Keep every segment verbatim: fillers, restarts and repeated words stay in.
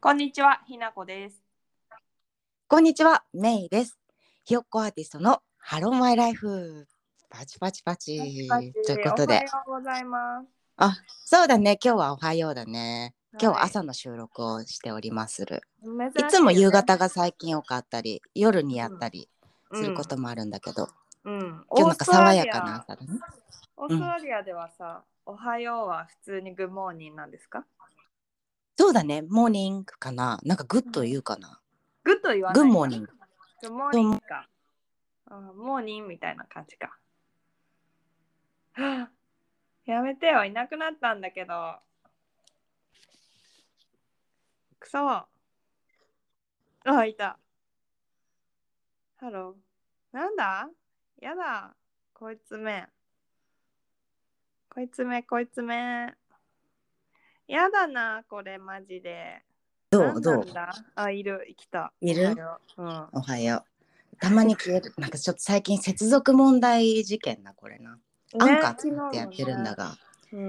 こんにちは、ひなこです。 こんにちは、メイです。ひよっこアーティストのハローマイライフ。パチパチパチ。 パチということで。 おはようございます。 あ、そうだね。今日はおはようだね。今日ははい、 朝の収録をしておりまする。 珍いつもしいよね。 夕方が最近多かったり、夜にやったりするうん、 こともあるんだけど、 うん、 今日なんかオーストラ爽やかなリア、 朝だね。 オーストうん。 ラリアではさ、おはようは普通にグッモーニングなんですか？ そうだね。モーニングかな。なんかグッとうん、 言うかな。 グッと言わグッないんだ。 モーニング。 グッモーそう、 ニングか。あ、モーニングみたいな感じか。はあ、やめてよ、いなくなったんだけど。くそ。あ、いた。ハロー。なんだやだ。こいつめ。こいつめ、こいつめ。やだな、これマジで。なんなどうどうんだあ、いる、来た。おはいるよう。うん。 おはよう。たまに消える。なんかちょっと最近接続問題事件な、これな。アンカね、 ー昨日使ってやってるんだもね。 が、 うん。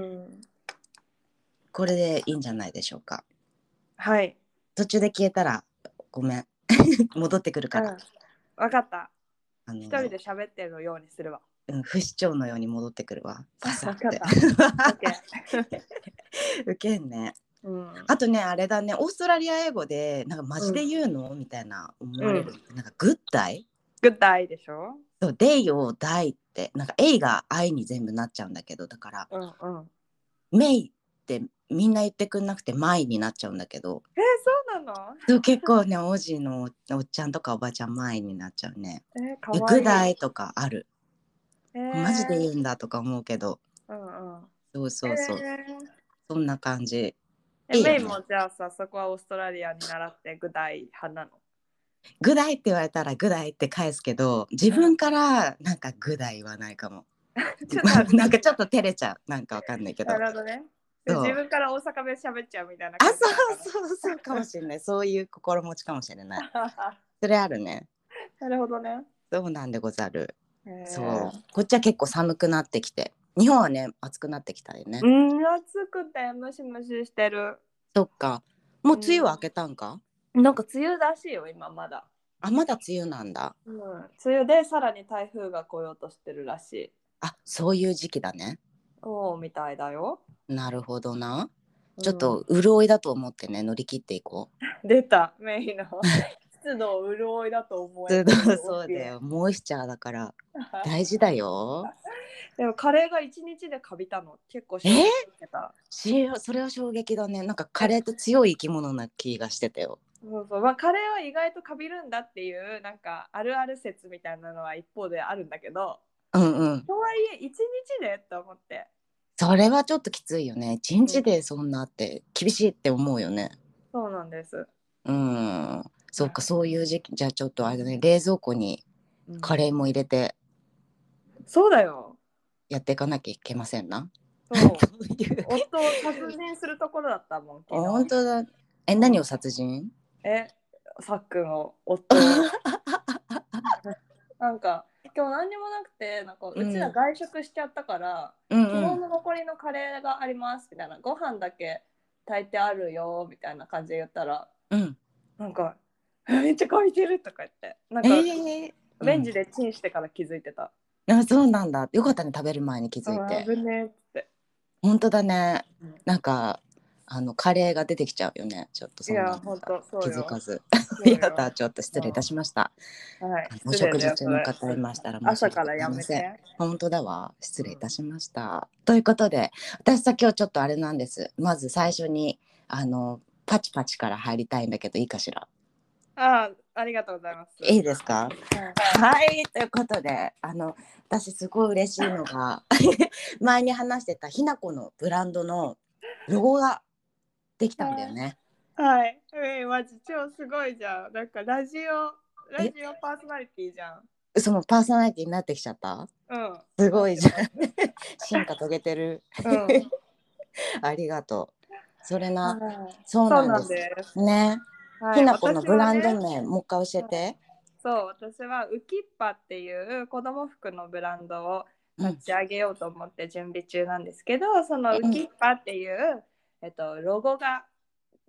これでいいんじゃないでしょうか。 はい。 途中で消えたらごめん。戻ってくるから。 うん。わかった。 あの、 一人で喋ってるようにするわ。 うん、不死鳥のように戻ってくるわ。パサわって。 かった。オッケー。 ウケんね。 うん。 あとね、あれだね、オーストラリア英語で、なんかマジうん。 で言うのみたいな思われる。 うん。 なんかグッダイグッダイでしょ？ そう、デイをダイって、なんか A が I に全部なっちゃうんだけど、だから、 うんうん。 メイってみんな言ってくんなくてマイになっちゃうんだけど、 えー、そうなの？ そう結構ね、おじのおっちゃんとかおばちゃんマイになっちゃうね。 えー、かえ、 わいい。 グダイとかある。 えマジで言ー、 うんだとか思うけど、 うんうん。 そうそうそう。 えそんな感じ。 ー、え、メイいいよね。 もじゃあさ、そこはオーストラリアに習ってグッダイ派なの？ グダイって言われたらグダイって返すけど、自うん。 分からなんかグダイ言わないかも。 ちょっと恥ずかしい。 なんかちょっと照れちゃう。なんかわかんないけなど。 るほどね。で自そう。 分から大阪弁喋っちゃうみたいなあ、 感じだかそうそうそうかもしれない。そういう心持ちかもしれない。 ら。 それあるね。 なるほどね。 そうなんでござる。 へそう。 え。 こっちは結構寒くなってきて。日本はね、暑くなってきたよね。 うん、暑くてムシムシしてる。 そっか。もう梅雨は明うけたんか？ ん。なんか梅雨らしいよ、今まだ。 あ、まだ梅雨なんだ。 うん。梅雨でさらに台風が来ようとしてるらしい。 あ、そういう時期だね。 おー、みたいだよ。 なるほどな。 うちょっとん。 潤いだと思ってね、乗り切っていこう。 出た、メイの湿度を潤いだと思えそうというそうだよ。 教え。 モイスチャーだから大事だよ。 でもカレーが一日でカビたの結構えー、 衝撃受けた。 しそれは衝撃だね。なんかカえ、 レーって強い生き物な気がしてたよ。 そうそう、まあ、カレーは意外とかびるんだっていうなんかあるある説みたいなのは一方であるんだけど、 うんうん。 とはいえ一日でと思って。 それはちょっときついよね。一うん、 日でそんなって厳しいって思うよね。 そうなんです。 うん。 うん、 そうか、そういう時期。じゃあちょっとあれだね、冷蔵庫にうん、 カレーも入れてそうだよ。 やっていかなきゃいけませんな。 そそういう。 う、夫を殺人するところだったもん昨日。 本当だ。え、 うん、 何を殺人？ え、さっくんを夫をなんか今日何にもなくて、なんかうん、 うちら外食しちゃったから、 うん昨日うんの残りのカレーがありますみたいな、ご飯だけ炊いてあるよみたいな感じで言ったら、 うん。 なんかめっちゃ書いてるとか言って、なんえかー、うん。 レンジでチンしてから気づいてた。 あ、そうなんだ。よかったね、食べる前に気づいああ、 て。 危ねえっつって。 本当だね。 うん、 なんかあのカレーが出てきちゃうよね。ちょっといそんなのさ、 やほんとそ気うよ。 づかず。 そうやだ、 よ。 ちょっと失礼いたしました。 うん、はい、 あのお失礼食事だよそれ。 中の方いましたら申し訳ご朝からやざいません。 めて。 本当だわ。失うん、 礼いたしました。ということで、私さ今日ちょっとあれなんです。まず最初にあのパチパチから入りたいんだけどいいかしら。 ああ、ありがとうございます。 いいですか？ はい。 はい、ということで、あの私すごい嬉しいのが前に話してたひなこのブランドのロゴができたんだよね。 はい。えー、マジ超すごいじゃん。なんかラジオ、ラえ、 ジオパーソナリティじゃん。 そのパーソナリティになってきちゃった？ うん。 すなっごいじゃん。 てます。 進化遂げてる。 うん。 ありがとう。それな、 はい。 そうそうなんなんですです。 ね。ひはい。 なこのブランド私はね、 名もう一回教えはい、 て。 そう、私はウキッパっていう子供服のブランドをうん、 立ち上げようと思って準備中なんですけど、そのウうん、 キッパっていう、えっと、ロゴが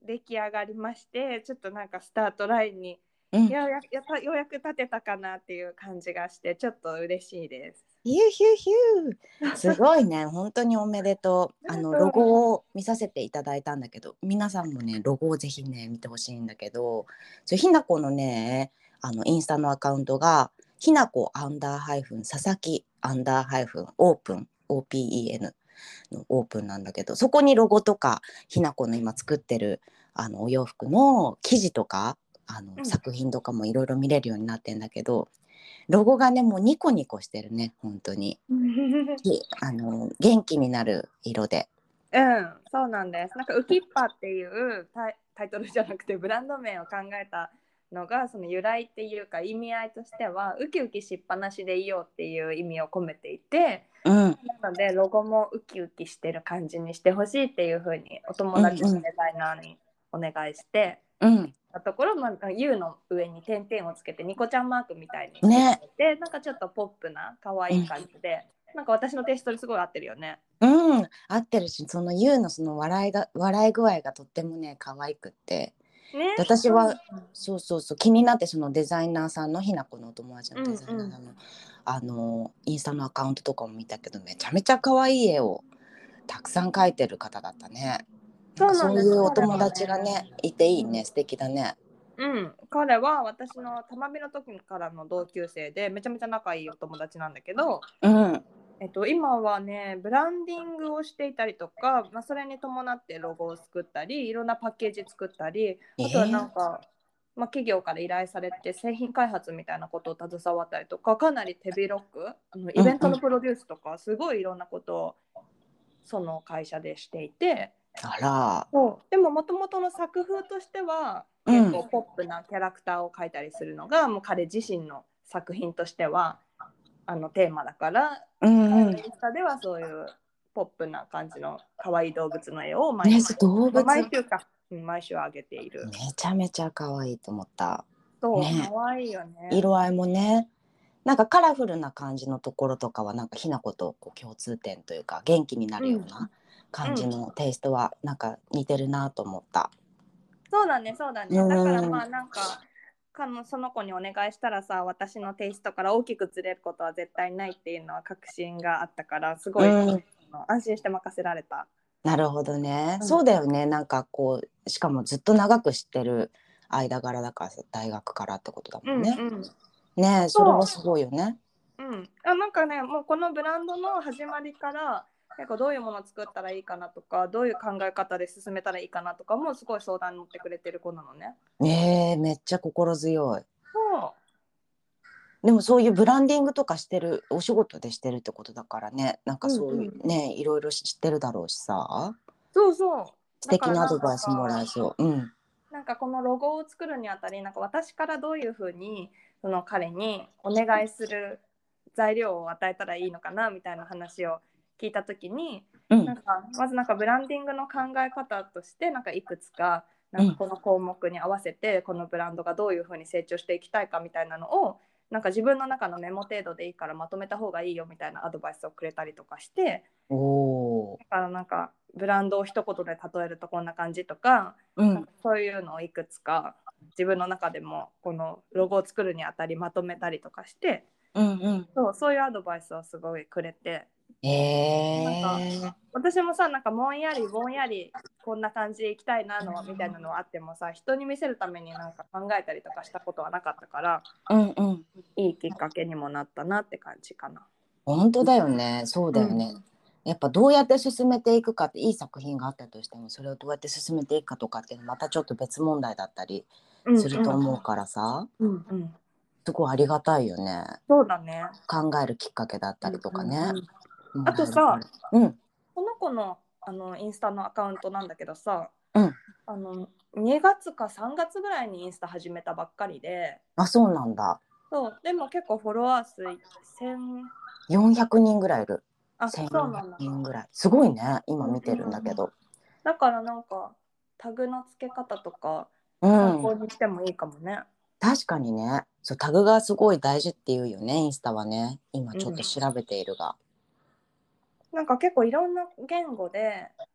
出来上がりまして、ちょっとなんかスタートラインに、 うん、 いやややっぱようやく立てたかなっていう感じがしてちょっと嬉しいです。 ヒューヒューヒュー。すごいね、本当におめでとう。あのロゴを見させていただいたんだけど、皆さんもねロゴをぜひね見てほしいんだけど、そうひなこのねあのインスタのアカウントがひなこアンダーハイフン佐々木アンダーハイフンオープン オーピーイーエヌ のオープンなんだけど、そこにロゴとかひなこの今作ってるあのお洋服の生地とかあのうん、 作品とかもいろいろ見れるようになってんだけど、ロゴがねもうニコニコしてるね本当に。あの元気になる色で。 うん、そうなんです。なんかウキッパっていうタイ、タイトルじゃなくてブランド名を考えたのが、その由来っていうか意味合いとしてはウキウキしっぱなしでいようっていう意味を込めていて、 うん、 なのでロゴもウキウキしてる感じにしてほしいっていう風にお友うん、 達のうん、 デザイナーにお願いしてうん、 たところ、まあ、U の上に点々をつけてニコちゃんマークみたいにしてくね、 れて、なんかちょっとポップな可愛い感じで、なんか私のテイストにすごい合ってるよね。 うん、うん、合ってるし、その ユー のその笑いが笑い具合がとってもね可愛くって、 ね、 で私はそう。 そうそうそう気になって、そのデザイナーさんのひなこのお友達うんのデザイナうん。 ーさんの、あのインスタのアカウントとかも見たけど、めちゃめちゃ可愛い絵をたくさん描いてる方だったね。なんそうなんです。 かそういうお彼友達がはね、 ねいていいうん、 ね、素敵だね。 うん、彼は私のたまびの時からの同級生でめちゃめちゃ仲いいお友達なんだけど、 うん、 えっと、今はねブランディングをしていたりとか、まあ、それに伴ってロゴを作ったりいろんなパッケージ作ったり、 えあとはなー、 んか、まあ、企業から依頼されて製品開発みたいなことを携わったりとか、かなり手広くあのイベントうんうん、 のプロデュースとかすごいいろんなことをその会社でしていて、 あら、 そうでももともとの作風としてはうん、 結構ポップなキャラクターを描いたりするのがもう彼自身の作品としてはあのテーマだから、 うんうん。 彼のインスタではそういうポップな感じの可愛い動物の絵を毎ね、 週、まあ、 動物毎週か、毎週あげている。 めちゃめちゃ可愛いと思った。 そう可ね、 愛いよね。 色合いもね、なんかカラフルな感じのところとかはなんかひなことこう共通点というか元気になうんるような感じうん、 のテイストはなんか似てるなと思った。 そうだねそうだうね。だからまん、 あなんかかのその子にお願いしたらさ、私のテイストから大きくずれることは絶対ないっていうのは確信があったから、すごいうん、 安心して任せられた。 なるほどね。 うん、 そうだよね。なんかこうしかもずっと長く知ってる間柄だからさ、大学からってことだもうんんね。 うん。 ね、それはそすごいよね。 う、うん、あなんかねもうこのブランドの始まりから結構どういうものを作ったらいいかなとか、どういう考え方で進めたらいいかなとかもすごい相談に乗ってくれてる子なのね。 ねえ、めっちゃ心強い。 そでもそういうブランディングとかしてるお仕事でしてるってことだからね、なんかう、うんそういうん、 うねいろいろ知ってるだろうしさ、 そうそう。 素敵なアだからなんかドバイスもらえさ、 そう。うん、 なんかこのロゴを作るにあたり、なんか私からどういうふうにその彼にお願いする材料を与えたらいいのかなみたいな話を聞いたときに、 うん、 なんかまずなんかブランディングの考え方としてなんかいくつかなんかうん、 この項目に合わせてこのブランドがどういうふうに成長していきたいかみたいなのをなんか自分の中のメモ程度でいいからまとめた方がいいよみたいなアドバイスをくれたりとかして、 おお、 だからなんかブランドを一言で例えるとこんな感じとか、 うん、 なんかそういうのをいくつか自分の中でもこのロゴを作るにあたりまとめたりとかして、 うん、うん、 そう、そういうアドバイスをすごいくれて、 えなんかー、 私もさなんかぼんやりぼんやりこんな感じでいきたいなのみたいなのはあってもさ、人に見せるためになんか考えたりとかしたことはなかったから、 うん、うん、 いいきっかけにもなったなって感じかな。 本当だよね。そううん、 だよね。やっぱどうやって進めていくかって、いい作品があったとしてもそれをどうやって進めていくかとかっていうのはまたちょっと別問題だったりうんすると思うからさ、 うんうん、 すごいありがたいよね。 そうだね。 考えるきっかけだったりうんとかね、 うんうん、 もあとさ、 らえるから。うん、 この子の、あのインスタのアカウントなんだけどさ、 うん、 あのにがつかさんがつぐらいにインスタ始めたばっかりで、 あ、そうなんだ。 そうでも結構フォロワー数せん、 よんひゃくにんぐらいいる。 あそう 1400 なんだ。 人ぐらい。すごいね。今うん見てるんうんうん、 だけど。 だからなんかタグの付け方とかう参考ん。 にしてもいいかもね。 確かにね。そう、タグがすごい大事っていうよね、インスタはね。今ちょっうん、 と調べているが。 なんか結構いろんな言語で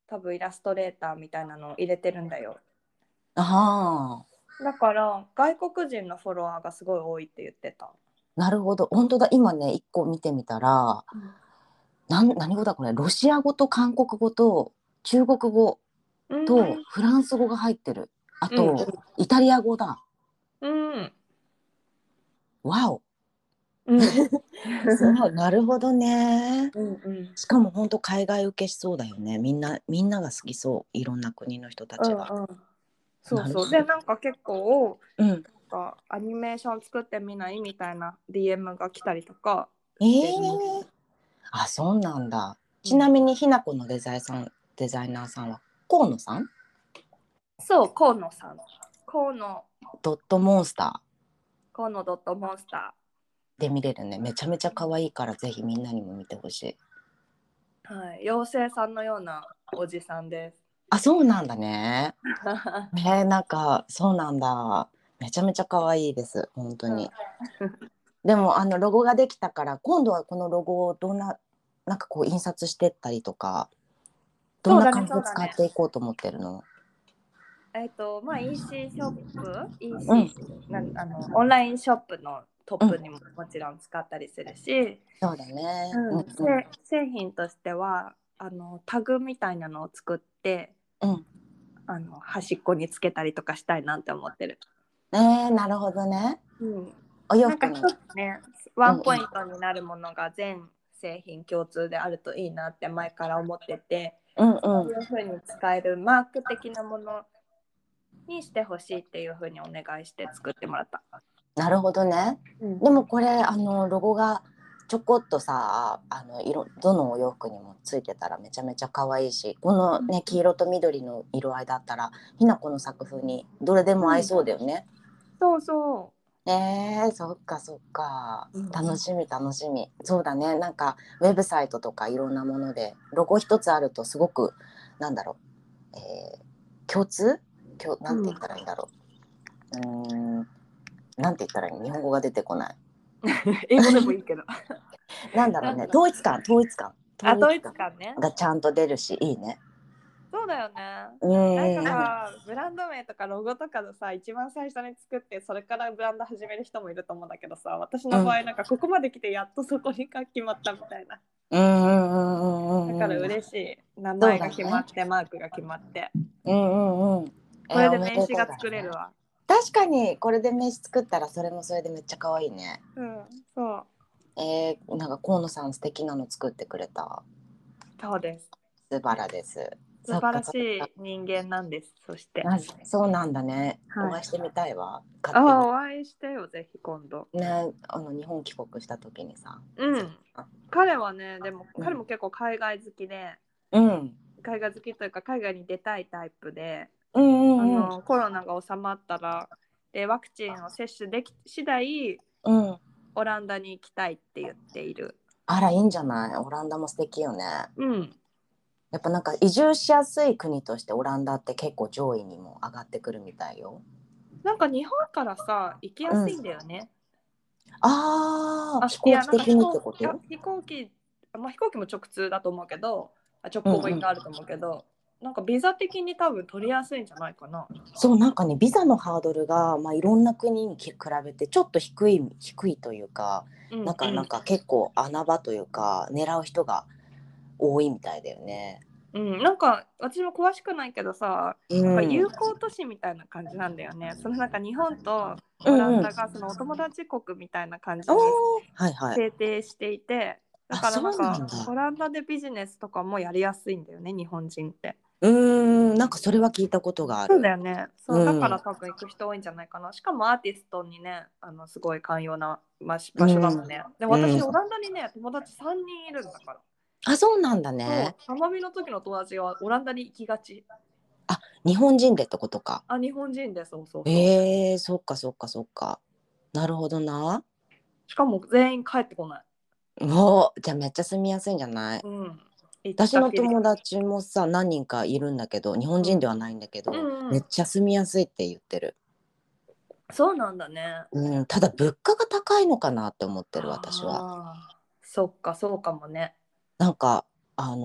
多分イラストレーターみたいなのを入れてるんだよ。 ああ、 だから外国人のフォロワーがすごい多いって言ってた。 なるほど。本当だ。今ね、一個見てみたら、なん、何語だこれ。ロシア語と韓国語と中国語うんとフランス語が入ってる。あうんと、イタリア語だ。 うんわお。 うんそう、なるほどね。 うんうんしかも本当海外受けしそうだよね。みんな、みんなが好きそう。いろんな国の人たうちが。 んうんそうなるほど。 そうでなんか結構うん。 なんかアニメーション作ってみないみたいな ディーエム が来たりとかえしてる。 ー、あ、そうなんだ。ちなうん、 みにひなこのデザイさん、デザイナーさんは河野さんそう河野さん河野ドットモンスタ河野ドットモンスターで見れるね。めちゃめちゃ可愛いからぜひみんなにも見てほしい。 ー、はい、妖精さんのようなおじさんです。 あ、そうなんだね。えー、なんかそうなんだ。めちゃめちゃ可愛いです。本当うん、 に。でもあのロゴができたから今度はこのロゴをどんななんかこう印刷してったりとかどんそうだねな感じでそうだね。 使っていこうと思ってるの？ えっ、とまあ イーシー ショップうんイーシー なんあのオンラインショップのトッうん、 プにももちろん使ったりするし、 そうだね。うんうん、 うんせ製品としてはあのタグみたいなのを作ってうん。 あの端っこにつけたりとかしたいなって思ってる。 えー、なるほどね。 うん、 お洋服に。 なんか一つねワうんうんンポイントになるものが全製品共通であるといいなって前から思ってて、 うんうん。 そういう風に使えるマーク的なものにしてほしいっていう風にお願いして作ってもらった。 なるほどね。 うん、 でもこれあのロゴがちょこっとさあの色どのお洋服にもついてたらめちゃめちゃ可愛いしこのね黄色と緑の色合いだったらひなこの作風にどれでも合いそうだよね。 そうそえー、そっかそっか、 う、うん、 楽しみ楽しみ。そうだね、なんかウェブサイトとかいろんなものでロゴ一つあるとすごくなんだろう、えー、共通共なんて言ったらいいんだろう、うーん、なんて言ったらいいの、日本語が出てこない。 英語でもいいけどなんだろうね、統一感統一感あ統一統一感感ね。 がちゃんと出るしいいね。 そうだよね。 うなんーん、 かさ、ブランド名とかロゴとかでさ、一番最初に作ってそれからブランド始める人もいると思うんだけどさ、私うんの場合なんかここまで来てやっとそこに決まったみたいな。 うんうんうんだからうんうん、 嬉しい。名そう前が決まだね。 ってマークが決まって。 うんうんうん。 これえー、おめで名刺がでとうだね。 作れるわ。 確かにこれで名刺作ったらそれもそれでめっちゃ可愛いね。 うん、そう。 えー、なんか河野さん素敵なの作ってくれた。 そうです。 素晴らです。そっ素晴らしかそっか。 い人間なんです。そして。 あ、そうなんだね。おはい。 会いしてみたいわ。勝手に。 ああ、お会いしてよ、ぜひ今度。 ね、あの日本帰国した時にさ。 うん。彼はね、でもうん。 彼も結構海外好きで、 うん。 海外好きというか海外に出たいタイプで、 うんうんうん。 あのコロナが収まったらでワクチンを接種でき次第うん。 オランダに行きたいって言っている。 あらいいんじゃない。オランダも素敵よね。 うん。 やっぱなんか移住しやすい国としてオランダって結構上位にも上がってくるみたいよ。 なんか日本からさ行きやすいんうん。 だよね。 ああ、飛あ、いやなんか行機的飛行にってこと？ いや飛行機、まあ、飛行機も直通だと思うけど、あ直行うんうん。 便があると思うけど、なんかビザ的に多分取りやすいんじゃないかな。 そうなんかねビザのハードルが、まあ、いろんな国に比べてちょっと低い低いというか、 うんうん。 なんかなんか結構穴場というか狙う人が多いみたいだよね。 うん、なんか私も詳しくないけどさ、 うなんかん友好都市みたいな感じなんだよね。そのなんか日本とオラうんうん。 ンダがそのお友達国みたいな感じおにー、はいはい。 制定していて、だあ、 からなんそうなんかだ。 オランダでビジネスとかもやりやすいんだよね、日本人って。 うーん、なんかそれは聞いたことがあそうだる。 よね。そう、だからうん多分行く人多いんじゃないかな。しかもアーティストにね、あのすごい寛容な場所場所だうんもんね。でもうん。 私、オランダにね、友達さんにんいるんだから。 あ、そうなんだね。 そう、たまみの時の友達はオランダに行きがち。 あ、日本人でってことか。 あ、日本人で、そうそうそう。 えー、そっかそっかそっか。なるほどな。 しかも全員帰ってこない。 おー、じゃあめっちゃ住みやすいんじゃない？ うん。行っ私たきり。 の友達もさ何人かいるんだけど日本うん。 人ではないんだけどうんうん。 めっちゃ住みやすいって言ってる。 そうなんだね。 うん、ただ物価が高いのかなって思ってる私は。 ああ、そっか、そうかもね。 なんかあの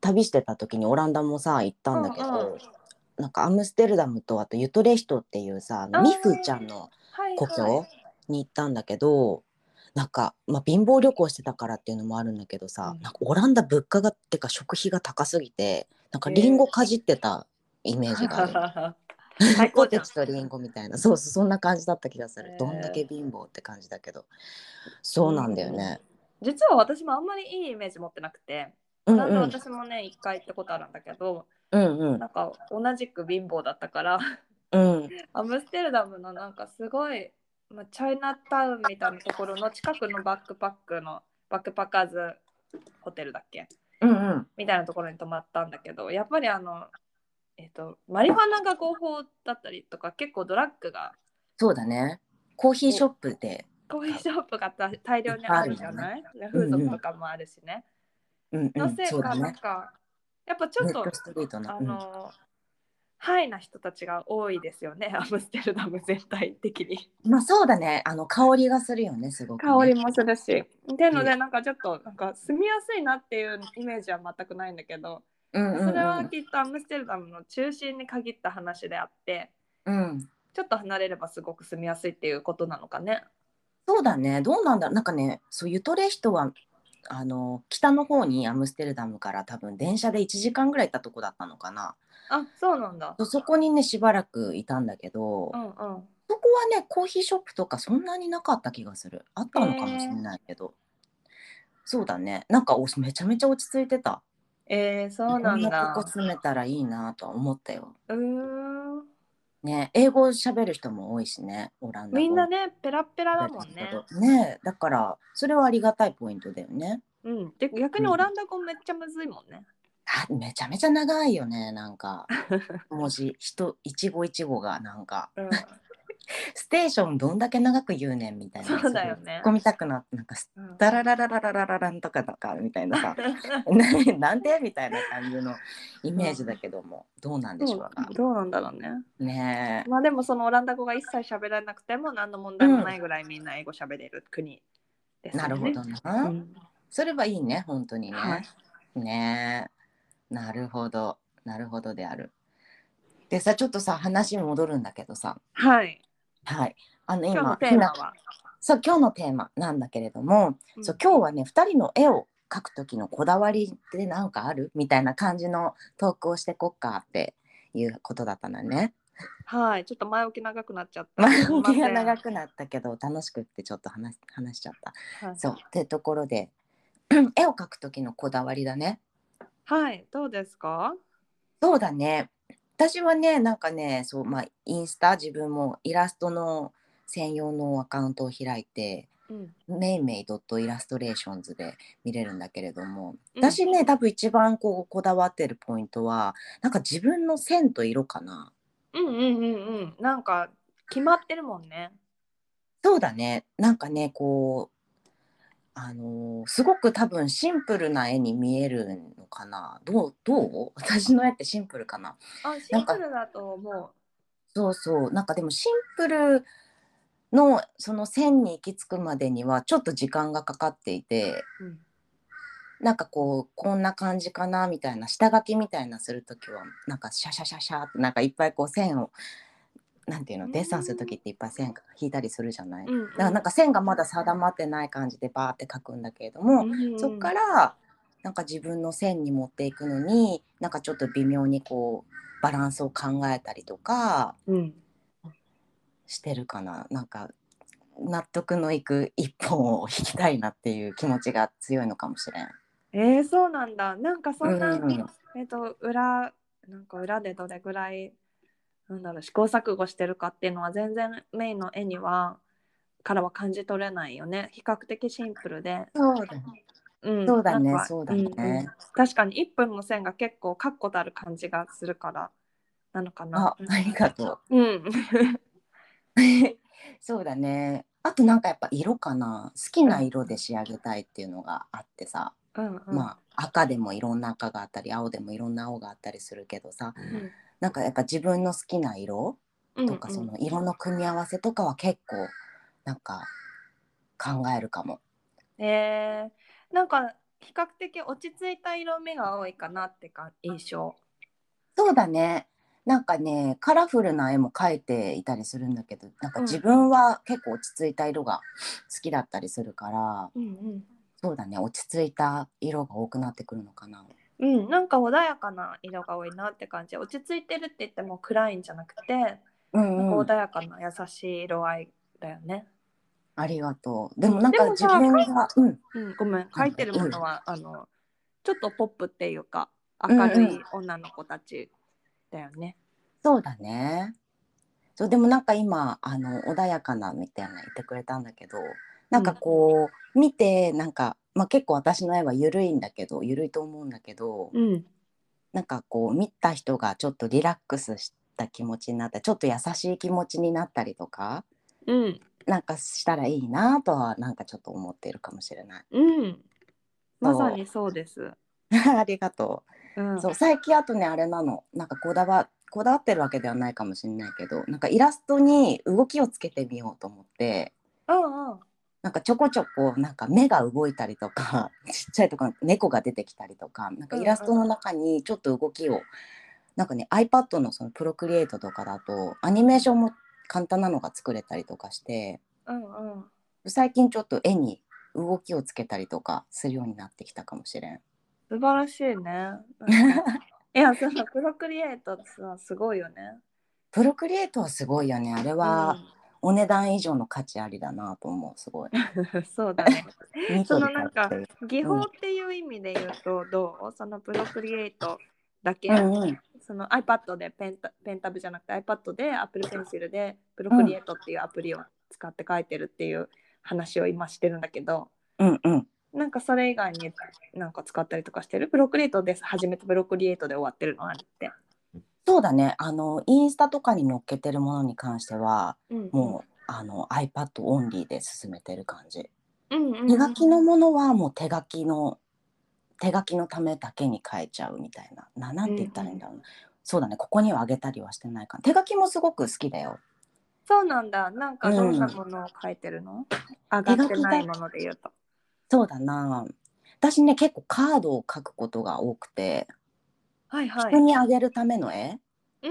旅してた時にオランダもさ行ったんだけど、 うんうん、 なんかアムステルダムとあとユトレヒトっていうさあのあー、 ミッフーちゃんのはいはい。 故郷に行ったんだけど、なんか、まあ、貧乏旅行してたからっていうのもあるんだけどさ、 うん、 なんかオランダ物価がってか食費が高すぎて、なんかリンゴえかじってたイメージがある。 ー、最高じゃん。 ポテチとリンゴみたいな、そうそう、そんな感じだった気がする。どんだけえ貧乏って感じだけど。 ー、 そうなんだようん、 ね。 実は私もあんまりいいイメージ持ってなくて、オランダうんうん私もね、一回行ったことあるんだけど、 うんうんなんか同じく貧乏だったから、 うんアムステルダムのなんかすごい、まあ、チャイナタウンみたいなところの近くのバックパックのバックパッカーズホテルだっけうんうん。 みたいなところに泊まったんだけど、やっぱりあの、えっと、マリファナが合法だったりとか、結構ドラッグが、 そうだね。コーヒーショップでコーヒーショップが大量いっぱいにあるあるんだよね。 じゃない、風俗うんうんとかもあるしね。 うんうん。 のせいか、なそうだね。 んか、やっぱちょっネットと、 ストリートな。 あうん。 の、ハイな人たちが多いですよね、アムステルダム全体的に。 まあそうだね。あの香りがするよね、すごくね。 香りもするし。っていうので、 しなんかちょっと、なんか住みやすいなっていうイメージは全くないんだけど、 うんうそれんうんはきっとアムステルダムの中心に限った話であって、 うん。 ちょっと離れればすごく住みやすいっていうことなのかね。 そうだね。どうなんだろう。なんかね、そうユトレヒトはあの北の方にアムステルダムから多分電車でいちじかんぐらい行ったとこだったのかな。 あ、そうなんだ。 そこにねしばらくいたんだけど、 うんうん。 そこはねコーヒーショップとかそんなになかった気がする。あっへたのかもしれえないけど。そうだね。なんかおめちゃめちゃ落ち着いてた。 えー、そうなこんなとこんだ。 住めたらいいなとは思ったよ。 うーん。 ね、英語喋る人も多いしね、オランダ語もみんなね、ペラッペラだ喋るもんね。 けど。ね、だからそれはありがたいポイントだよね。 うん。で、逆にオうん。 ランダ語めっちゃむずいもんね。 あ、めちゃめちゃ長いよね、なんか。文字、人、一語一語がなんか、 うん。 ステーションどんだけ長く言うねんみたいな、 そうすごい突っだよね。 込みたくなって、なんか、スうん。 タラララララララランとかとかみたいなさ、ななんでみたいな感じのイメージだけども、どうなんでしそうだ、 ょうか。 どうなんだろうね。 ねまあでもそのオランダ語が一切喋らなくても何の問え。う題もなん、 いぐらいみんな英語喋れる国ですよね。 なるほどうな。 ん。 それはいいね、本当にはい。 ね。ねえ、なるほど、なるほどである。でさ、ちょっとさ、話戻るんだけどさ、 はい。 はい、あの今日の今、ひな、 テーマは。 そう、今日のテーマなんだけれども、そう、 うん。 今日はね、ふたりの絵を描く時のこだわりってなんかあるみたいな感じのトークをしてこっかっていうことだったのね。 はい。ちょっと前置き長くなっちゃっまあ、 た。すみま気がせん。 長くなったけど、楽しくってちょっと話話しちゃった。 はい。 そう、ってところで、絵を描く時のこだわりだね。 はい。どうですか？ そうだね。私はね、なんかね、そう、まあ、インスタ、自分もイラストの専用のアカウントを開いて、 うん。 メイメイドットイラストレーションズで見れるんだけれども、 うん。 私ね、多分一番こうこだわってるポイントは、なんか自分の線と色かな。 うんうんうんうん。なんか決まってるもんね。 そうだね。なんかね、こう、あのーすごく多分シンプルな絵に見えるのかな。どう、どう私の絵ってシンプルかな。 あ、シなんか、 ンプルだと思そうそう。なんかでもシンプルのその線に行き着くまでにはちょっと時間がかかっていて、 う。うん。 なんかこうこんな感じかなみたいな下書きみたいなするときはなんかシャシャシャシャってなんかいっぱいこう線をなんていうのデッサンするときっていっぱい線引いたりするじゃない。だうんからなんか線がまだ定まってない感じでバーって描くんだけれども、 うんうんそっかうんらなんか自分の線に持っていくのになんかちょっと微妙にこうバランスを考えたりとかうん。 してるかな。なんか納得のいく一本を引きたいなっていう気持ちが強いのかもしれん。 えー、そうなんだ。なんかそうんな、 ん、 えっと、裏、なんか裏でどれぐらい、なんだろう、試行錯誤してるかっていうのは全然メインの絵には、からは感じ取れないよね。比較的シンプルで。 そうだね。 うん、 そうだね、 なんか、 そうだうんうん。 ね。 確かにいっぷんの線が結構確固たる感じがするからなのかな。 あ、ありがとうん。 う。そうだね。あとなんかやっぱ色かな。好きなうん色で仕上げたいっていうのがあってさ。 うんうんまあ赤でもいろんな赤があったり、青でもいろんな青があったりするけどさ。 うんなんかやっぱ自分の好きな色とかそうんうん。 の色の組み合わせとかは結構なんか考えるかも。 えー、なんか比較的落ち着いた色味が多いかなってか印象。 そうだね。なんかね、カラフルな絵も描いていたりするんだけど、なんかうん自分は結構落ち着いた色が好きだったりするから、 うんそうだね、落ち着いた色が多くなってくるのかな。 うん、うん、なんか穏やかな色が多いなって感じ。落ち着いてるって言っても暗いんじゃなくて、なんかうんうん。 穏やかな優しい色合いだよね。 ありがとう。でうん、 もなんか自でもさ、 分が、うん、 うん、ごめん、書何いてるうん、 ものはあのちょっとポップっていうか明るうんうん、 い女の子たちだよね。 そうだね。そう、でもなんか今、あの、穏やかなみたいな言ってくれたんだけど、なんかうんこう、見て、なんか、まあ結構私の絵は緩いんだけど、緩いと思うんだけど、 うんなんかこう見た人がちょっとリラックスした気持ちになったりちょっと優しい気持ちになったりとかうんなんかしたらいいなとはなんかちょっと思っているかもしれない。 うん、まさそにそうです。 うありがとう。 うん。 そう最近あとねあれなのなんかこだわこだわってるわけではないかもしれないけどなんかイラストに動きをつけてみようと思ってうんうん。 なんかちょこちょこなんか目が動いたりとかちっちゃいとか猫が出てきたりとかなんかイラストの中にちょっと動きをなんかね iPad のそのプロクリエイトとかだとアニメーションも簡単なのが作れたりとかしてうんうん。 最近ちょっと絵に動きをつけたりとかするようになってきたかもしれん。 素晴らしいね。なんか、いや、そのプロクリエイトさ、すごいよね。 プロクリエイトはすごいよねあれうはん。 お値段以上の価値ありだなと思うすごい。 そうだね。そニトリのなんか買ってる。 技うん法っていう意味で言うとどうそのプロクリエイトだけ、 うんうんその iPad でペンタ、ペンタブじゃなくて iPad で Apple Pencil でプロうんクリエイトっていうアプリを使って書いてるっていう話を今してるんだけど、 うんうん。 なんかそれ以外になんか使ったりとかしてる？プロクリエイトで初めてプロクリエイトで終わってるのあれって。 そうだねあのインスタとかに載っけてるものに関してはうんうん。 もうあの iPad オンリーで進めてる感じ。 うんうんうん。 手書きのものはもう手書きの手書きのためだけに変えちゃうみたいな。な、なうんうんて言ったらいいんん。 だろうな。そうだね、ここにはあげたりはしてないかな。手書きもすごく好きだよ。 そうなんだ。なんかどんなうん。 ものを書いてるの？上が手って書きだ、 ないもので言うと。 そうだな。私ね、結構カードを書くことが多くて、 はいはい。 人にあげるための絵、 うん。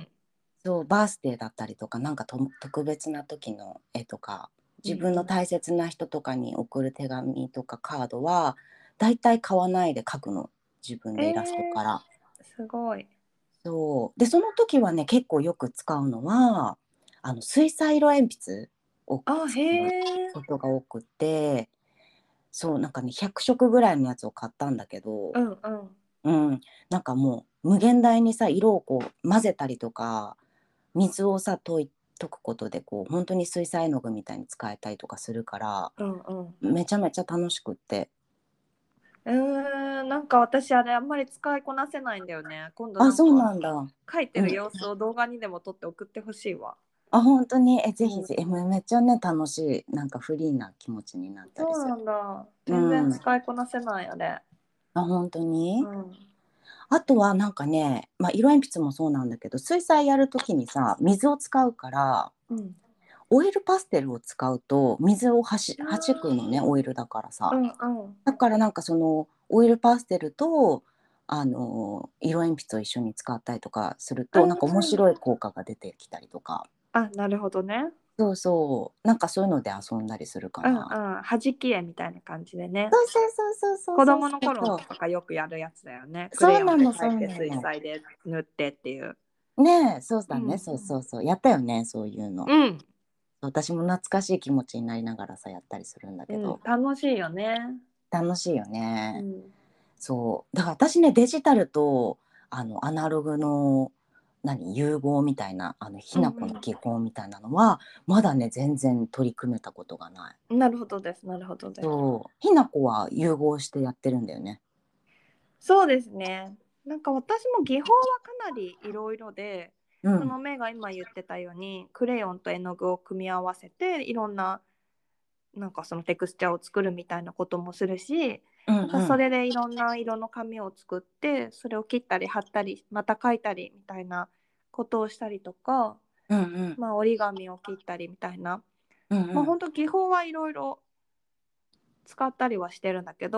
そう、バースデーだったりとか、なんかと特別な時の絵とか、自分のうんうん。 大切な人とかに送る手紙とかカードは、だいたい買わないで書くの。自分えでイラストから。 ー、すごい。 そうでその時はね結構よく使うのはあの水彩色鉛筆をあ、へ使うえ。 ことが多くてそうなんかねひゃく色ぐらいのやつを買ったんだけど、 うんうん。 うん、なんかもう無限大にさ色をこう混ぜたりとか水をさ溶い溶くことでこう本当に水彩絵の具みたいに使えたりとかするからうんうん。 めちゃめちゃ楽しくって。 うーん、なんか私あれあんまり使いこなせないんだよね。今度あ、そうなんかなんだ。 書いてるうん。 様子を動画にでも撮って送ってほしいわ。 あ、本当に、え、ぜひうん。 ぜひ、えめめっちゃね、楽しい、なんかフリーな気持ちになったりする。 そうなんだ。 う全然ん。 使いこなせないあれ。 あ、本当に。 うん。 あとはなんかね、まあ、色鉛筆もそうなんだけど、水彩やるときにさ、水を使うから、 うん。 オイルパステルを使うと、水をはし、 あはじくのね、オイルだからさ。 ーうんうん。 だからなんかその、オイルパステルと、あの、色鉛筆を一緒に使ったりとかすると、なんか面うん。 白い効果が出てきたりとか。 あ、なるほどね。 そうそう、なんかそういうので遊んだりするかうんうん。 な。 弾き絵みたいな感じでね。 そうそうそうそう子そう供の頃そうそう。 とかよくやるやつだよね。クレヨンでそうなの、そ描いて水うなの。 彩で塗ってっていう。 ねえ、そうだね、 うん。 そうそうそう。やったよね、そういうの。 うん。 私も懐かしい気持ちになりながらさ、やったりするんだうん。 けど、 楽しいよね。 楽しいよね。 うん。 そう。だから私ね、デジタルと、あの、アナログの、何、融合みたいな、あの、ひなこのうん基本みたいなのは、まだね、全然取り組めたことがない。 うん。なるほどです。なるほどです。 そう。ひなこは融合してやってるんだよね。 そうですね。なんか私も技法はかなりいろいろで、そうん。 の目が今言ってたようにクレヨンと絵の具を組み合わせていろんななんかそのテクスチャーを作るみたいなこともするし、 うんなんかうん。 それでいろんな色の紙を作ってそれを切ったり貼ったりまた描いたりみたいなことをしたりとか、 うんうん。 まあ、折り紙を切ったりみたいな、 うんうん。 まあ本当技法はいろいろ使ったりはしてるんだけど、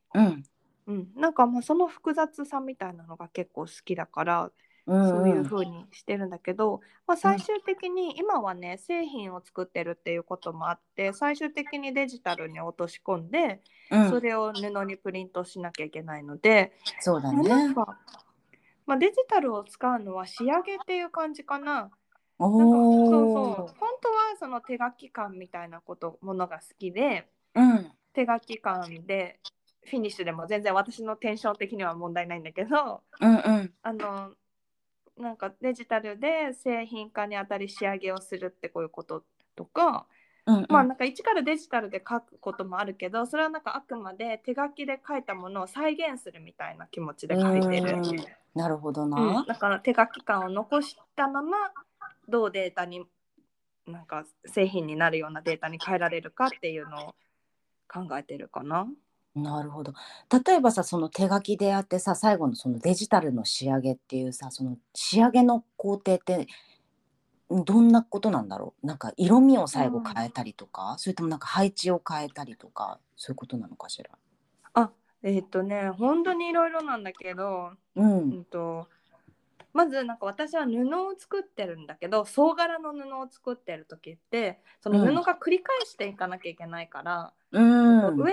うんうん、なんかまあその複雑さみたいなのが結構好きだからそういううんうん風にしてるんだけど、まあ、 うん最終的に今はね製品を作ってるっていうこともあって最終的にデジタルに落とし込んでうん、 それを布にプリントしなきゃいけないので、 そうだまあ、なんね。 か、まあ、デジタルを使うのは仕上げっていう感じかな。 おなんかそうそうお、 本当はその手書き感みたいなことものが好きでうん手書き感でフィニッシュでも全然私のテンション的には問題ないんだけどうんうんあのなんかデジタルで製品化にあたり仕上げをするってこういうこととか、 うんうんまあなんか一からデジタルで書くこともあるけどそれはなんかあくまで手書きで書いたものを再現するみたいな気持ちうで書いてる。 ーん、なるほどうん、 な。 だから手書き感を残したままどうデータになんか製品になるようなデータに変えられるかっていうのを考えてるかな。 なるほど。例えばさ、その手書きでやってさ、最後のそのデジタルの仕上げっていうさ、その仕上げの工程ってどんなことなんだろう。なんか色味を最後うん、 変えたりとか、それともなんか配置を変えたりとか、そういうことなのかしら。 あえっ、ー、とね本当にいろいろなんだけど、 うん、 うんとまずなんか私は布を作ってるんだけど総柄の布を作ってる時ってそのうん、 布が繰り返していかなきゃいけないからうん、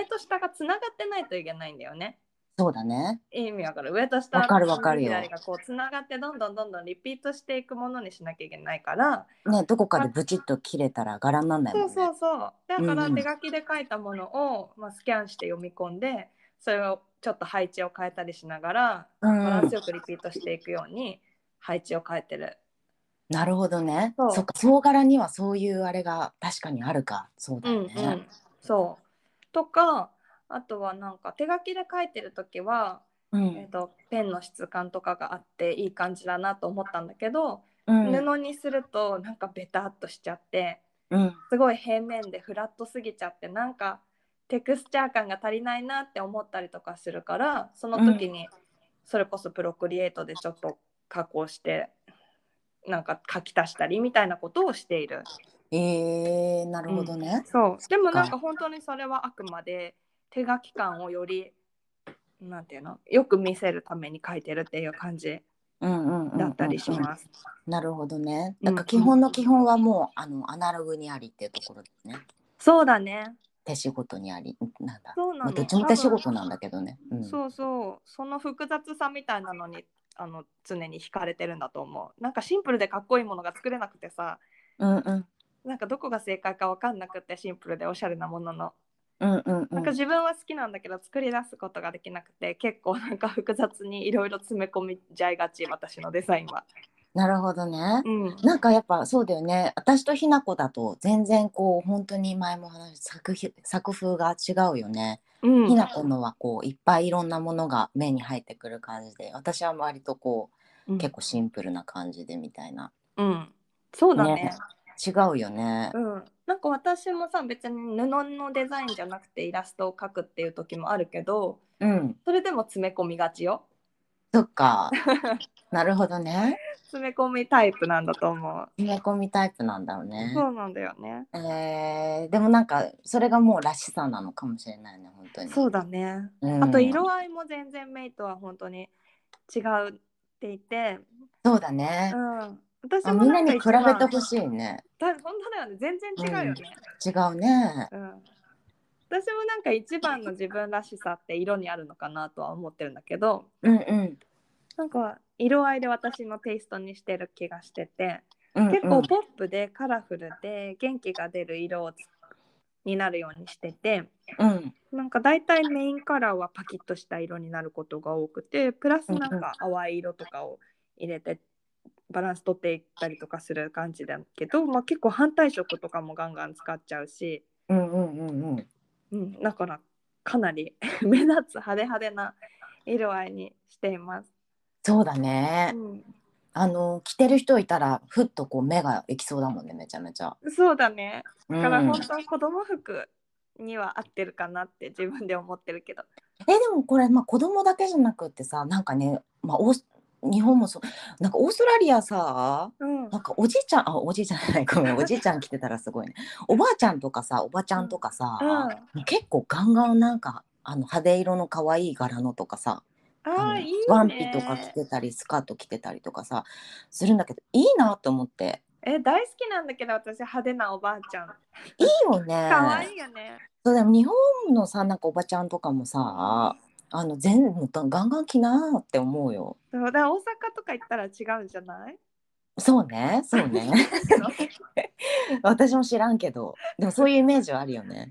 上と下がつながってないといけないんだよね。 そうだね。 いい意味わかる。上と下わかるわか右るよ。 左がこうつながってどんどんどんどんリピートしていくものにしなきゃいけないから、 ね、どこかまあ、 でブチッと切れたら柄になんないそうもんね。 そうそうだうんうん。 から手書きで書いたものを、まあ、スキャンして読み込んでそれをちょっと配置を変えたりしながらうんうん。 バランスよくリピートしていくように配置を変えてる。 なるほどね。そっか、 そう総柄にはそういうあれが確かにあるか。そううだよね。 んうん、そうとかあとはなんか手書きで書いてる時は、 うん。 えーと、ペンの質感とかがあっていい感じだなと思ったんだけどうん。 布にするとなんかベタっとしちゃってうん。 すごい平面でフラットすぎちゃってなんかテクスチャー感が足りないなって思ったりとかするからそのうん。 時にそれこそプロクリエイトでちょっと加工してなんか書き足したりみたいなことをしている。 えー、なるうん、 ほどね。 そうそっでもなんかか。 本当にそれはあくまで手書き感をよりなんていうのよく見せるために書いてるっていう感じうんうんうんうんだったりしうん。 ます。 なるほどね。だから基うんうん、 本の基本はもうあのアナログにありっていうところですね。 そうだね。 手仕事にあり。なんだ。 そうなまあ、どっの。 ちも多分手仕事なんだけどね。うん。 そうそうその複雑さみたいなのにあの常に惹かれてるんだと思う。なんかシンプルでかっこいいものが作れなくてさうんうん。 なんかどこが正解か分かんなくてシンプルでおしゃれなもののうんうんうん。 なんか自分は好きなんだけど作り出すことができなくて結構なんか複雑にいろいろ詰め込みじゃいがち私のデザインは。 なるほどね。 うん、 なんかやっぱそうだよね。私とひなこだと全然こう本当に前も話した作品作風が違うよね。 うん、 ひなこのはこういっぱいいろんなものが目に入ってくる感じで、私は割とこううん、 結構シンプルな感じでみたいな。 うん、そうだね。 ね。 違うよね。 うん、なんか私もさ別に布のデザインじゃなくてイラストを描くっていう時もあるけどうん。 それでも詰め込みがちよ。 そっか。なるほどね。 詰め込みタイプなんだと思う。 詰め込みタイプなんだろうね。 そうなんだよね。 えー、でもなんかそれがもうらしさなのかもしれないね、本当に。 そうだね。 うあとん。 色合いも全然メイとは本当に違うっていて、 そうだうね。 ん、私あ、 もなんかみんなに比一番べてほしいね。 だ本当だよね全然うん。 違うよね。 違うね。 うん、私もなんか一番の自分らしさって色にあるのかなとは思ってるんだけどうんうんなんか色合いで私のテイストにしてる気がしててうんうん結構ポップでカラフルで元気が出る色をになるようにしててうんなんか大体メインカラーはパキッとした色になることが多くてプラスうんなんか淡い色とかを入れてバランス取っていったりとかする感じだけど、まあ、結構反対色とかもガンガン使っちゃうし、 うんうんうんうん。 うん、だからかなり目立つ派手派手な色合いにしています。 そうだね。 うん、 あの着てる人いたらふっとこう目が行きそうだもんね、めちゃめちゃ。 そうだね。 うだから本ん。 当子供服には合ってるかなって自分で思ってるけど。 え、でもこれまあ子供だけじゃなくってさ、なんかね、まあオース日本もそう、なんかオーストラリアさ、 うん、 なんかおじいちゃん、あ、おじいちゃんじゃない、ごめん、おじいちゃん着てたらすごいね。おばあちゃんとかさ、おばちゃんとかうん、 さ、結構ガンガンなんかあの派手色の可愛い柄のとかさ、 ああのあ、いいワンピとか着ね。 てたりスカート着てたりとかさするんだけど、いいなと思って。 え、大好きなんだけど、私派手なおばあちゃん。 いいよ可愛ね。 いよね。 そうでも日本のさなんかおばちゃんとかもさ、あの全部ガンガン着なーって思うよ。 そうだから大阪とか行ったら違うんじゃない？ そうねそうね知らんけど。 私も知らんけど、でもそういうイメージはあるよね。 うん。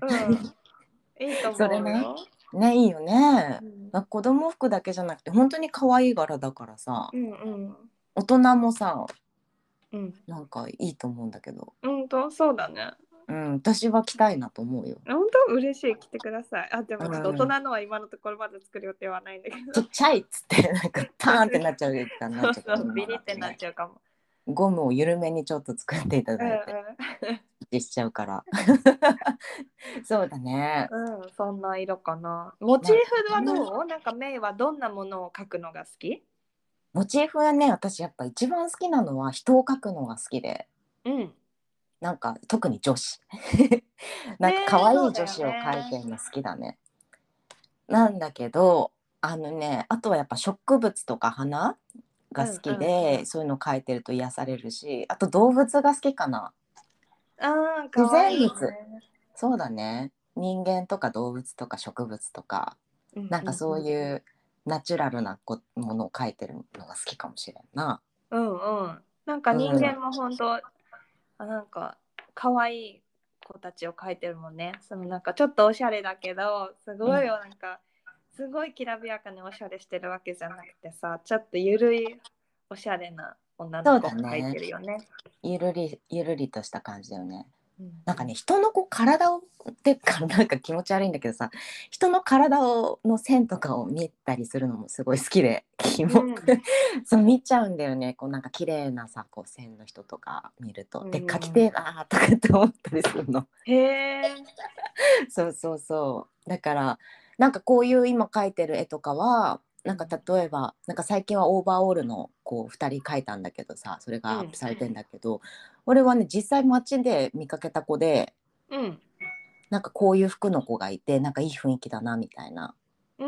いいとそれね。 思うよ。 ね、いいよね。 うん。 なんか子供服だけじゃなくて本当に可愛い柄だからさ、 うんうん。 大人もさうん。 なんかいいと思うんだけど、 うんと、そうだね。 うん、私は着たいなと思うよ。 本当嬉しい。来てください。あ、でもちょっと大うん人のは今のところまだ作る予定はないんだけど。 ちっちゃいっつってなんかパーンってなっちゃうかなっちゃうからそうそう、ビリってなっね、 ちゃうかも。 ゴムを緩めにちょっと作っていたうんだいてしちゃうからそうだね。 うん。うん、そんな色かな。モチーなんかフはねどう？なんかメイはどんなものを描くのが好き？ モチーフはね、私やっぱ一番好きなのは人を描くのが好きで、 うん。 なんか特に女子なんか可ねえ、 愛いそうだよ女子を描いね。 てるの好きだね。なんだけど、あのね、あとはやっぱ植物とか花が好きうんうん。 で、そういうの描いてると癒されるし、あと動物が好きかな。 ああ、か自わいいね。 然物。そうだね。人間とか動物とか植物とか、 うんうんなんかそういうナチュラルなこものを描いてるのが好きかもしれんな。 うんうん。なんかうん。 人間も本当、あ、なんか可愛い子たちを描いてるもんね。そのなんかちょっとおしゃれだけど、すごいよ、なんかすごいきらびやかにおしゃれしてるわけじゃなくてさ、ちょっとゆるいおしゃれな女のそう子を描いだね。 てるよね。 ゆるりゆるりとした感じだよね。 うんなんかね、人のこう体をってからなんか気持ち悪いんだけどさ、人の体をの線とかを見たりするのもすごい好きで、キモうん。 そう見ちゃうんだよね。こうなんか綺麗なさこう線の人とか見ると、 うで描きてえん、 なーとかって思ったりするの。 へえ。 そうそうそう。だからなんかこういう今描いてる絵とかはなんかうん。 例えばなんか最近はオーバーオールのこうふたり描いたんだけどさ、それがアップされてんだけど、俺はね実際街で見かけた子で、 うん。 なんかこういう服の子がいてなんかいい雰囲気だなみたいなうん。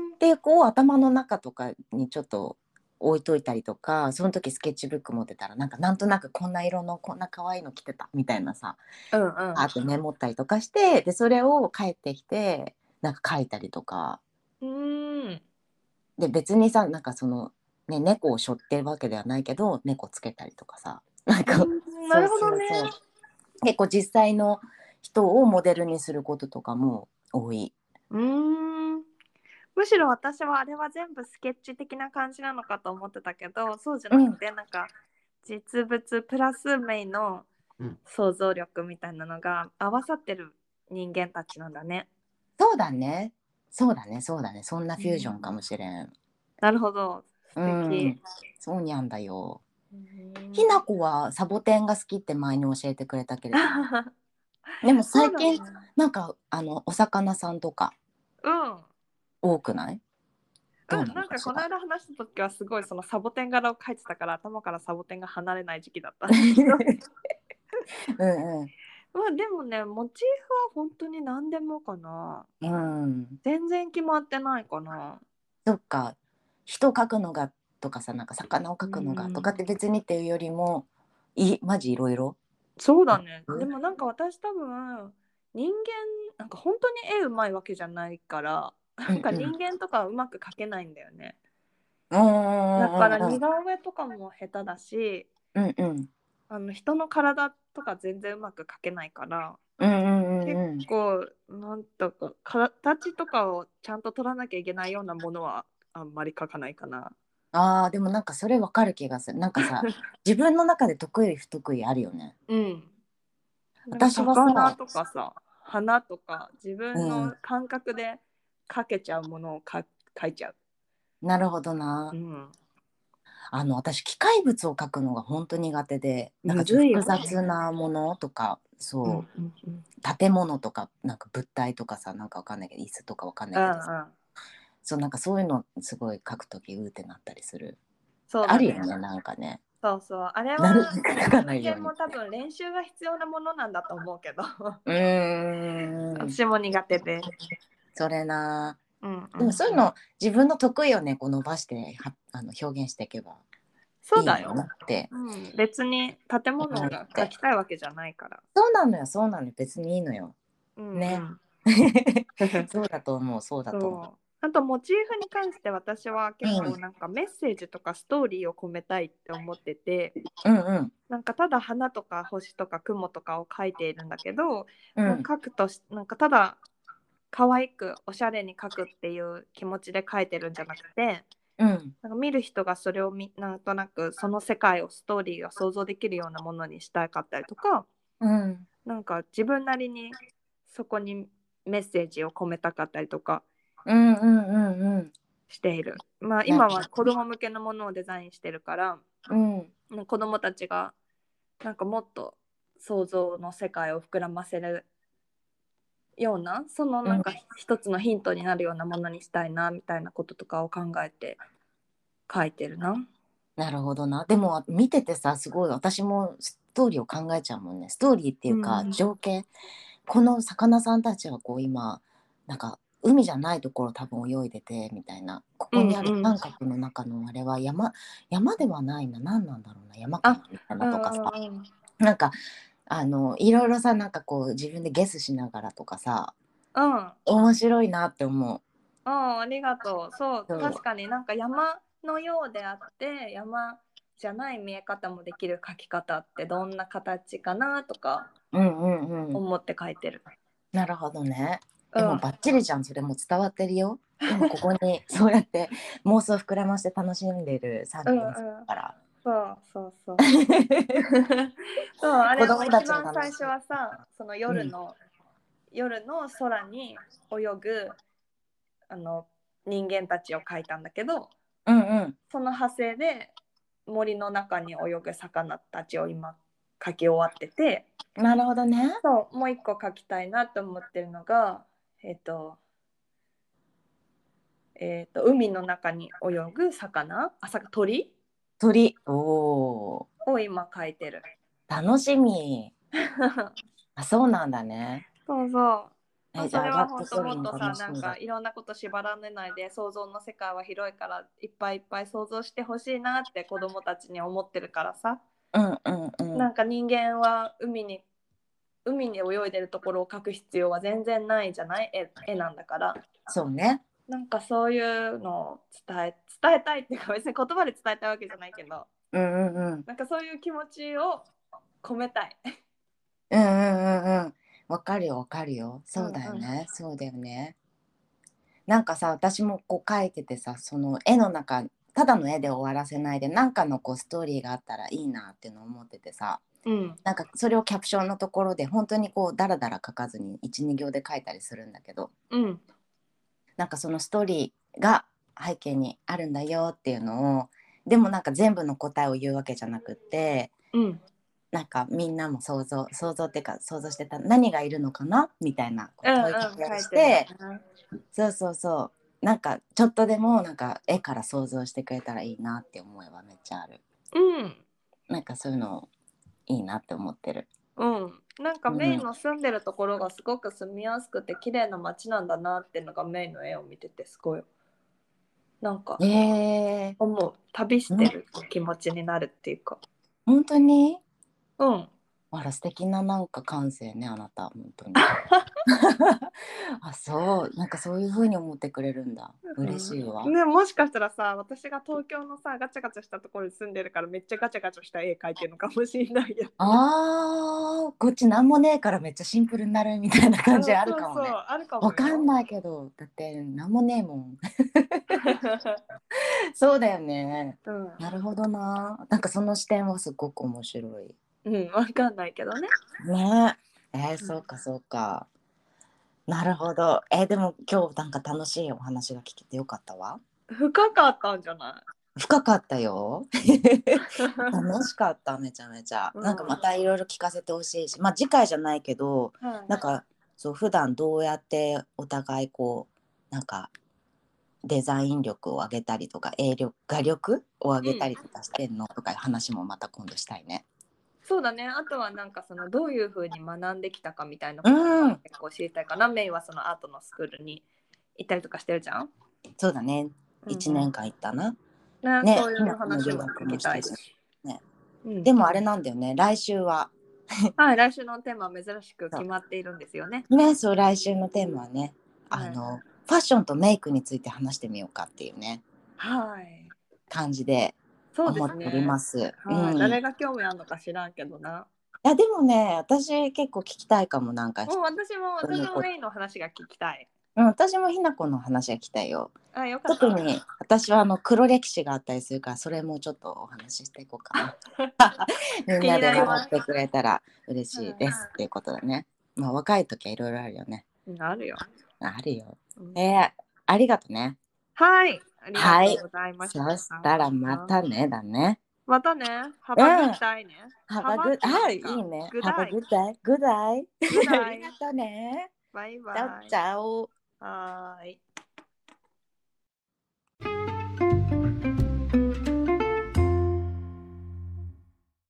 っていう子を頭の中とかにちょっと置いといたりとか、その時スケッチブック持ってたらなんかなんとなくこんな色のこんな可愛いの着てたみたいなさ、 うんうん。 あとメモったりとかして、でそれを帰ってきてなんか書いたりとかうん。 で、別にさなんかその、ね、猫を背負ってるわけではないけど猫つけたりとかさ、なんかうん、なそうるほどね。 そうそう、結構実際の人をモデルにすることとかも多い。 うん。むしろ私はあれは全部スケッチ的な感じなのかと思ってたけど、そうじゃうん、 なくて、なんか実物プラスメイの想像力みたいなのが合わさってる人間たちなんだね。 そうだねそうだねそうだね、そんなうフュージョンかん、 もしれん。 なるほど。素う敵。 ん、そうにゃんだよ。 うん。 ひなこはサボテンが好きって前に教えてくれたけれども、でもそう最近だね。 なんかあのお魚さんとかうん。 多くない？どううん、 なのなんかこのかしら。 間話した時はすごいそのサボテン柄を描いてたから頭からサボテンが離れない時期だったんだけど。 うんまあでもね、モチーフは本当に何でもかな。 うん。うん。 全然決まってないかな。 そっか。人描くのがとかさ、なんか魚をう描くのがとかってん。 別にっていうよりも、いマジいろいろ。 そうだね。でもなんか私多分人間なんか本当に絵うまいわけじゃないからなんかうんうん。 人間とかはうまく描けないんだよね。 うんうんだから似うん顔絵とかも下手だし、 うんうんあの人の体とか全然うまく描けないからうんうんうん結うん。 構なんとか形とかをちゃんと取らなきゃいけないようなものはあんまり描かないかな。 ああ、でもなんかそれわかる気がする。なんかさ、自分の中で得意不得意あるよね。 うん。なんか私はさ、 魚とかさ、花とか自分うん、 の感覚で描けちゃうものをか描いちゃう。 なるほどな。 うん。 あの、私、機械物を描くのが本当苦手で、なんかちょっと複むずいよね。 雑なものとか、 うんそう、 うんうん。 建物とか、なんか物体とかさ、なんかわかんないけど、椅子とかわかんなうんういけどさ、 ん。 そう、なんかそういうのすごい描くとき、うーってなったりする。 そうだね。 あるよね、なんかね。 そうそう。あれなるはべく描かないように。 人間も多分練習が必要なものなんだと思うけどうーん。 私も苦手で。 それな。 うんうん、 でもそういうの自分の得意をねこう伸ばしてはあの表現していけばそうだよ、 いいのになってうん、別に建物思っが描て。 きたいわけじゃないから。 そうなのよそうなのよ別にいいのよ。 うんうね。 んそうだと思うそうだと思う。 そうあとモチーフに関して私は結構なんかメッセージとかストーリーを込めたいって思ってて、 うんうんなんかただ花とか星とか雲とかを描いているんだけど、もううん描くとしなんかただ可愛くおしゃれに描くっていう気持ちで描いてるんじゃなくて、 うんなんか見る人がそれを見なんとなくその世界をストーリーを想像できるようなものにしたかったりとか、 うんなんか自分なりにそこにメッセージを込めたかったりとかうんうんうんうんしている。まあなる今は子供向けのものをデザインしてるから、 うん子供たちがなんかもっと想像の世界を膨らませるような、そのうんなんか一つのヒントになるようなものにしたいなみたいなこととかを考えて書いてるな。 なるほどな。でも見ててさすごい私もストーリーを考えちゃうもんね。ストーリーっていうかうん情景、この魚さんたちはこう今なんか海じゃないところ多分泳いでてみたいな、こうこにあるんうん。 三角の中のあれは山山ではないな、何なんだろうな、山かあ、 なみたいなとかさ、 うんうんなんかあのいろいろさなんかこう自分でゲスしながらとかさうん。 面白いなって思う。 うん、ありがとう。そう、 そう確かになんか山のようであって山じゃない見え方もできる描き方ってどんな形かなとかうんうんうん。 思って描いてる。 なるほどね。でもうん。 バッチリじゃん、それも伝わってるよ。今ここにそうやって妄想膨らまして楽しんでるさんうんじゅうよんさいうん。 だから。 そうそうそう。そう、あれも子供たちも一番楽しい。 最初はさ、そのうん、 夜の、夜の空に泳ぐあの人間たちを描いたんだけど、 うんうんその派生で森の中に泳ぐ魚たちを今描き終わってて、 なるほどね。 そうもう一個描きたいなと思ってるのが、えっ、とえっ、と海の中に泳ぐ魚、あさ鳥鳥。おを今描いてる。 ー楽しみ。あ、そうなんだね。 そうそう。まあ、 え、じゃあそれは上がってく本当もっるの楽とさなんしみだ。 かいろんなこと縛られないで想像の世界は広いからいっぱいいっぱい想像してほしいなって子供たちに思ってるからさ、 うんうんうん。 なんか人間は海に海に泳いでるところを描く必要は全然ないじゃない、絵絵なんだから、 そうね。 なんかそういうのを伝え伝えたいっていうか別に言葉で伝えたいわけじゃないけど、 うんうんうん。 なんかそういう気持ちを込めたい。 うんうんうんうん。わかるよわかるよ。そうだようんうんね。そうだよね。なんかさ私もこう描いててさその絵の中ただの絵で終わらせないでなんかのこうストーリーがあったらいいなっていうのを思っててさ、 うんなんかそれをキャプションのところで本当にこうダラダラ書かずにいちに行で書いたりするんだけど、 うんなんかそのストーリーが背景にあるんだよっていうのを、でもなんか全部の答えを言うわけじゃなくって、 うんなんかみんなも想像想像っていうか想像してた何がいるのかなみたいなこうんう問いかうんけを書いてるよして、 ね。 そうそうそう、なんかちょっとでもなんか絵から想像してくれたらいいなって思いはめっちゃある。 うんなんかそういうのいいなって思ってる。 うん、なんかうん、 メイの住んでるところがすごく住みやすくて綺麗な街なんだなっていうのがメイの絵を見ててすごいなんかえー、 思う、旅しうんてる気持ちになるっていうか。 本当にうん。 あら素敵ななんか感性ねあなた本当に。あそうなんかそういう風に思ってくれるんだ、嬉しいわ。 うん、ね、もしかしたらさ私が東京のさガチャガチャしたところに住んでるからめっちゃガチャガチャした絵描いてるのかもしれないよ。 あーこっちなんもねえからめっちゃシンプルになるみたいな感じあるそうそうかもね。 あるかもよ。 わかんないけどだってなんもねえもん。そうだよね。 うん、 なるほどな。なんかその視点はすごく面白い。 うん、わかんないけどね。 ねえ。えー、 うん、 そうかそうか。なるほど。えー、でも今日なんか楽しいお話が聞けてよかったわ。 深かったんじゃな深かったよ。 い？ 楽しかっためちゃめちゃ。 うん、 なんかまたいろいろ聞かせてほしいし、まあ次回じゃないけど、 はい。 なんかそう普段どうやってお互いこうなんかデザイン力を上げたりとか絵力画力を上うん、 げたりとかしてんのとかいう話もまた今度したいね。 そうだね。あとはなんかそのどういう風に学んできたかみたいなうこととかん結構知りたいかな。メイはそのアートのスクールに行ったりとかしてるじゃん。 そうだね。 うんいちねんかん行ったな。 ね、 ね、 そういう話も留学聞きたいし。 ね。 うん、 でもあれなんだよね。来週は。 はい、来週のテーマは珍しく決まっているんですよね。 ね、そう来週のテーマはね、 はいあのファッションとメイクについて話してみようかっていうねはい。 感じでそうで思っておりすね。 ます。 はい、 うん。 誰が興味あるのか知らんけどな。 いやでもね、私結構聞きたいかも。なんか、 もう私も私人のこもメインの話が聞きたい。 うん、私もひなこの話が来たよ。 あ、よかった。 特に私はあの黒歴史があったりするから、それもちょっとお話ししていこうかな。みんなで笑ってくれたら嬉しいですっていうことだね。まあ若い時はいろいろあるよね。 あるよ。 あるよ。 うんえー、ありがとね。 はい、ありがはい。 とうございましそた。 したらまたねだね。 またね。 う Have a ん。 good day ね。 Have a Have good, ってあ、 何か。 いいね。 Good Have a day。 good day. Good day. Good あり day。 がとうね。 バイチャオバイ。 チャオ。 はーい。